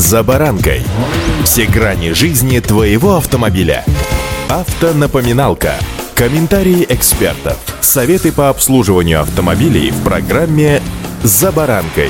«За баранкой». Все грани жизни твоего автомобиля. Автонапоминалка. Комментарии экспертов. Советы по обслуживанию автомобилей в программе «За баранкой».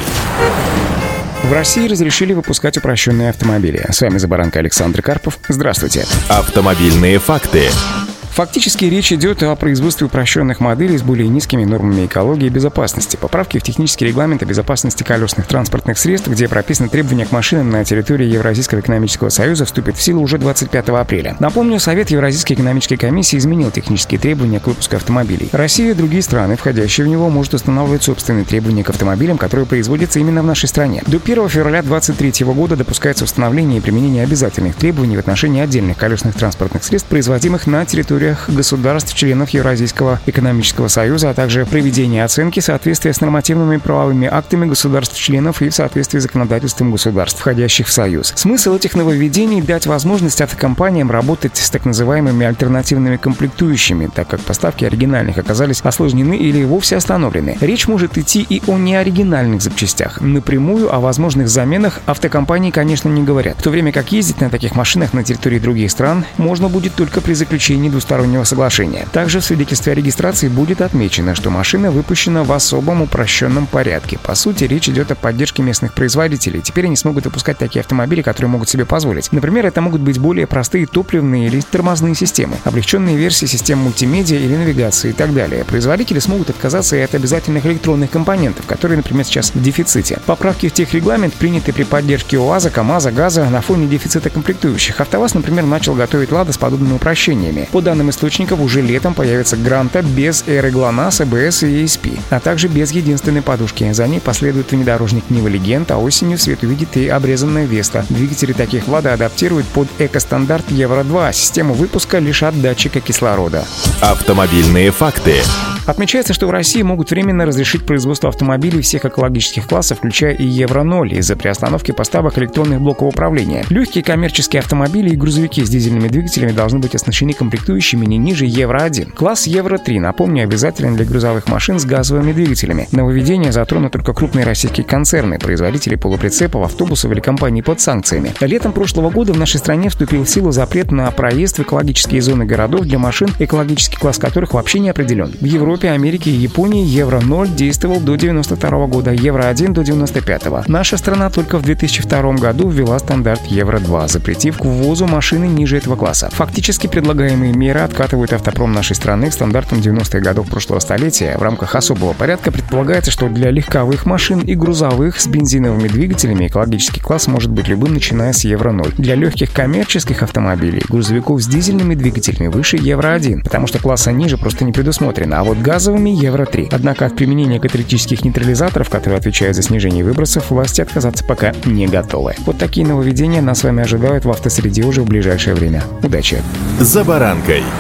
В России разрешили выпускать упрощенные автомобили. С вами «За баранкой» Александр Карпов. Здравствуйте. Автомобильные факты. Фактически речь идет о производстве упрощенных моделей с более низкими нормами экологии и безопасности. Поправки в технический регламент о безопасности колесных транспортных средств, где прописаны требования к машинам на территории Евразийского экономического союза, вступит в силу уже 25 апреля. Напомню, Совет Евразийской экономической комиссии изменил технические требования к выпуску автомобилей. Россия и другие страны, входящие в него, могут устанавливать собственные требования к автомобилям, которые производятся именно в нашей стране. До 1 февраля 2023 года допускается установление и применение обязательных требований в отношении отдельных колесных транспортных средств, производимых на территории государств-членов Евразийского экономического союза, а также проведение оценки соответствия с нормативными правовыми актами государств-членов и в соответствии с законодательством государств, входящих в союз. Смысл этих нововведений — дать возможность автокомпаниям работать с так называемыми альтернативными комплектующими, так как поставки оригинальных оказались осложнены или вовсе остановлены. Речь может идти и о неоригинальных запчастях. Напрямую о возможных заменах автокомпании, конечно, не говорят, в то время как ездить на таких машинах на территории других стран можно будет только при заключении двустороннего соглашения. Также в свидетельстве о регистрации будет отмечено, что машина выпущена в особом упрощенном порядке. По сути, речь идет о поддержке местных производителей. Теперь они смогут выпускать такие автомобили, которые могут себе позволить. Например, это могут быть более простые топливные или тормозные системы, облегченные версии систем мультимедиа или навигации и так далее. Производители смогут отказаться и от обязательных электронных компонентов, которые, например, сейчас в дефиците. Поправки в техрегламент приняты при поддержке УАЗа, КАМАЗа, ГАЗа на фоне дефицита комплектующих. АвтоВАЗ, например, начал готовить «Лада» с подобными упрощениями. По данным источников, уже летом появится Гранта без эры ГЛОНАСС, АБС и ESP, а также без единственной подушки. За ней последует внедорожник Нива Легенд, а осенью свет увидит и обрезанная Веста. Двигатели таких «Лада» адаптируют под экостандарт Евро-2. Систему выпуска лишат датчика кислорода. Автомобильные факты. Отмечается, что в России могут временно разрешить производство автомобилей всех экологических классов, включая и Евро-0, из-за приостановки поставок электронных блоков управления. Легкие коммерческие автомобили и грузовики с дизельными двигателями должны быть оснащены комплектующими не ниже Евро-1. Класс Евро-3, напомню, обязателен для грузовых машин с газовыми двигателями. Нововведение затронут только крупные российские концерны, производители полуприцепов, автобусов или компаний под санкциями. Летом прошлого года в нашей стране вступил в силу запрет на проезд в экологические зоны городов для машин, экологический класс которых вообще не определен. В Европе, Америке и Японии Евро-0 действовал до 1992 года, Евро-1 до 1995. Наша страна только в 2002 году ввела стандарт Евро-2, запретив к ввозу машины ниже этого класса. Фактически предлагаемые меры откатывают автопром нашей страны к стандартам 90-х годов прошлого столетия. В рамках особого порядка предполагается, что для легковых машин и грузовых с бензиновыми двигателями экологический класс может быть любым, начиная с Евро-0. Для легких коммерческих автомобилей, грузовиков с дизельными двигателями выше Евро-1, потому что класса ниже просто не предусмотрено, а вот газовыми Евро-3. Однако от применения каталитических нейтрализаторов, которые отвечают за снижение выбросов, власти отказаться пока не готовы. Вот такие нововведения нас с вами ожидают в автосреде уже в ближайшее время. Удачи! «За баранкой».